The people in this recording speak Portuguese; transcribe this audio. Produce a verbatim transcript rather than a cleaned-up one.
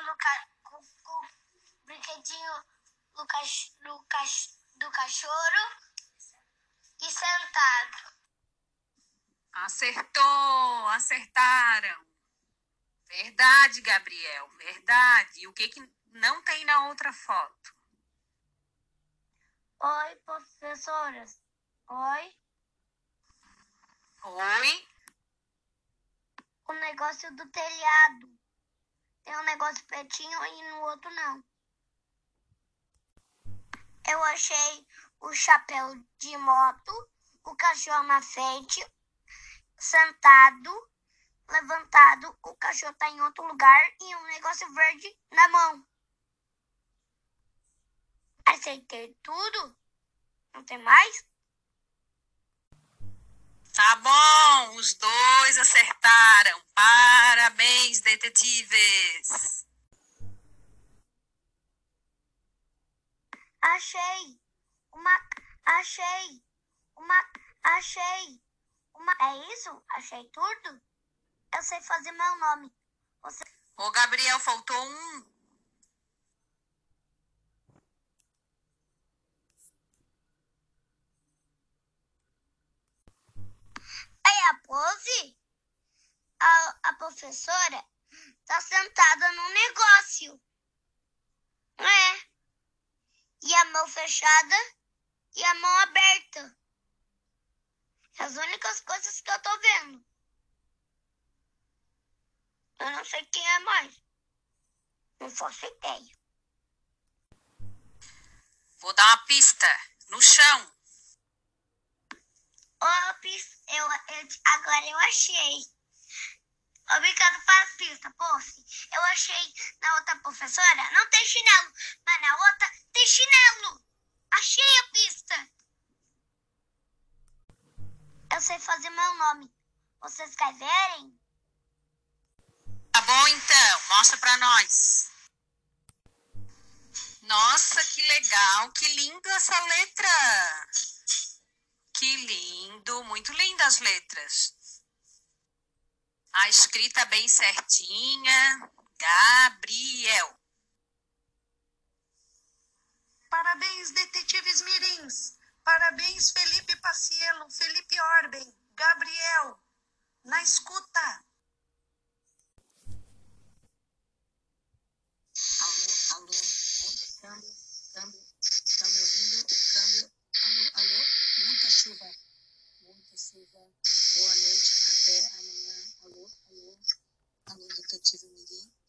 no ca... com, com o brinquedinho do, cach... do, cach... do cachorro e sentado. Acertou, acertaram. Verdade, Gabriel, verdade. E o que que não tem na outra foto? Oi, professoras. Oi. Oi? O negócio do telhado. Tem um negócio pretinho e no outro não. Eu achei o chapéu de moto, o cachorro na frente, sentado, levantado, o cachorro tá em outro lugar e um negócio verde na mão. Acertei tudo? Não tem mais? Tá bom, os dois acertaram. Parabéns, detetives. Achei uma, achei uma, achei uma. É isso? Achei tudo? Eu sei fazer meu nome. Você... Ô, Gabriel, faltou um. É a pose? A, a professora tá sentada num negócio. É. E a mão fechada e a mão aberta. As únicas coisas que eu tô vendo. Eu não sei quem é mais. Não faço ideia. Vou dar uma pista. No chão. Ops, eu, eu, agora eu achei. Obrigado pela pista, prof. Eu achei na outra professora, não tem chinelo, mas na outra tem chinelo. Achei a pista. Eu sei fazer meu nome. Vocês querem? Tá bom, então. Mostra pra nós. Nossa, que legal. Que linda essa letra. Que lindo. Muito lindas as letras. A escrita bem certinha. Gabriel. Parabéns, detetives mirins. Parabéns, Felipe Paciello, Felipe Orben, Gabriel. Na escuta. Alô, alô. Câmbio, câmbio. Tá me ouvindo? Câmbio. Alô, alô. Muita chuva. Muita chuva. Boa noite. Até amanhã. Alô, alô. Alô, detetive mirim.